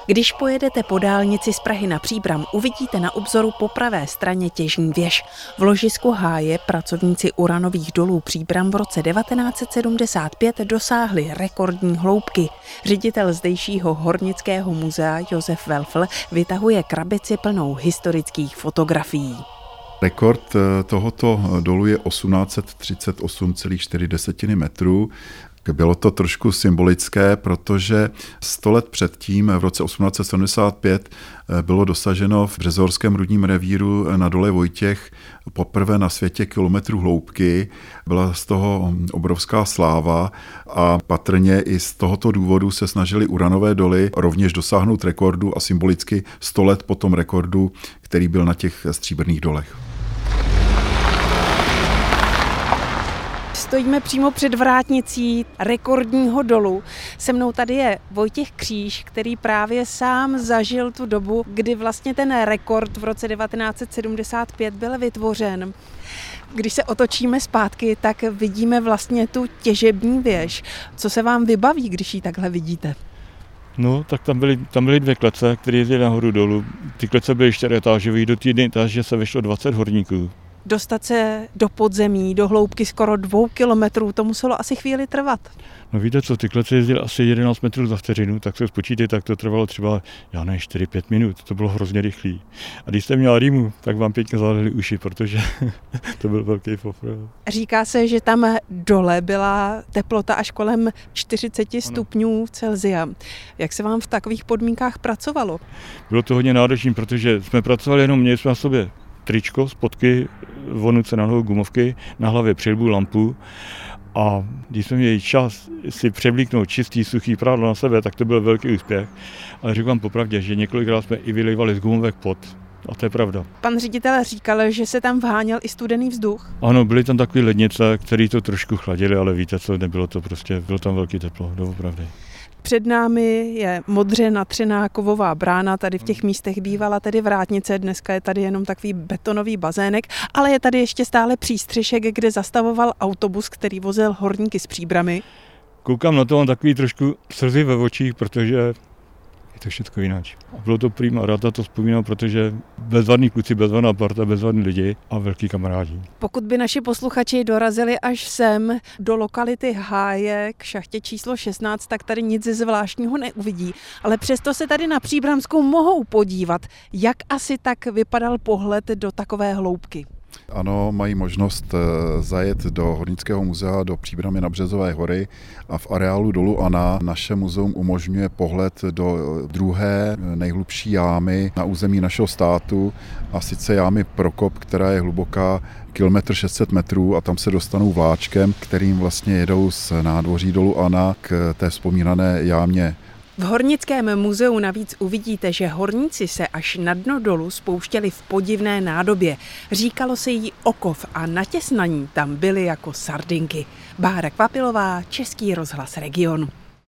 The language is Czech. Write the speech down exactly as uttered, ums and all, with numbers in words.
Když pojedete po dálnici z Prahy na Příbram, uvidíte na obzoru po pravé straně těžní věž. V ložisku Háje pracovníci uranových dolů Příbram v roce devatenáct set sedmdesát pět dosáhli rekordní hloubky. Ředitel zdejšího hornického muzea Josef Welfl vytahuje krabici plnou historických fotografií. Rekord tohoto dolu je osmnáct set třicet osm celá čtyři metru. Bylo to trošku symbolické, protože sto let předtím, v roce osmnáct set sedmdesát pět, bylo dosaženo v březorském rudním revíru na dole Vojtěch poprvé na světě kilometru hloubky. Byla z toho obrovská sláva a patrně i z tohoto důvodu se snažili uranové doly rovněž dosáhnout rekordu a symbolicky sto let po tom rekordu, který byl na těch stříbrných dolech. Stojíme přímo před vrátnicí rekordního dolu. Se mnou tady je Vojtěch Kříž, který právě sám zažil tu dobu, kdy vlastně ten rekord v roce devatenáct set sedmdesát pět byl vytvořen. Když se otočíme zpátky, tak vidíme vlastně tu těžební věž. Co se vám vybaví, když ji takhle vidíte? No, tak tam byly, tam byly dvě klece, které jezdily nahoru dolů. Ty klece byly čtyřetážové, do té jedné etáže se vešlo dvacet horníků. Dostat se do podzemí, do hloubky skoro dvou kilometrů, to muselo asi chvíli trvat. No víte co, ty klece jezdily asi jedenáct metrů za vteřinu, tak se spočítej, tak to trvalo třeba, já ne, čtyři pět minut, to bylo hrozně rychlý. A když jste měla rýmu, tak vám pěkně zalehly uši, protože to byl velký fofr. Říká se, že tam dole byla teplota až kolem čtyřicet stupňů Celsia. Jak se vám v takových podmínkách pracovalo? Bylo to hodně náročné, protože jsme pracovali jenom, měli jsme na sobě tričko, spodky, vonuce na nohou, gumovky, na hlavě přilbu, lampu. A když jsme měli čas si převlíknout čistý, suchý prádlo na sebe, tak to byl velký úspěch. Ale řekl vám popravdě, že několikrát jsme i vylejvali z gumovek pot. A to je pravda. Pan ředitel říkal, že se tam vháněl i studený vzduch. Ano, byly tam takové lednice, které to trošku chladily, ale víte co, nebylo to prostě, bylo tam velký teplo, doopravdy. Před námi je modře natřená kovová brána, tady v těch místech bývala tedy vrátnice, dneska je tady jenom takový betonový bazének, ale je tady ještě stále přístřešek, kde zastavoval autobus, který vozil horníky z Příbramy. Koukám na to, mám takový trošku slzy ve očích, protože je to všechno jináč. A bylo to prima, rád na to vzpomínám, protože bezvadný kluci, bezvadná parta, bezvadní lidi a velký kamarádi. Pokud by naši posluchači dorazili až sem do lokality Háje k šachtě číslo šestnáct, tak tady nic zvláštního neuvidí. Ale přesto se tady na Příbramskou mohou podívat, jak asi tak vypadal pohled do takové hloubky. Ano, mají možnost zajet do Hornického muzea do Příbramy na Březové hory a v areálu dolu Ana naše muzeum umožňuje pohled do druhé nejhlubší jámy na území našeho státu, a sice jámy Prokop, která je hluboká kilometr šest set metrů, a tam se dostanou vláčkem, kterým vlastně jedou z nádvoří dolu Ana k té vzpomínané jámě. V Hornickém muzeu navíc uvidíte, že horníci se až na dno dolu spouštěli v podivné nádobě. Říkalo se jí okov a natěsnaní tam byly jako sardinky. Bára Kvapilová, Český rozhlas Region.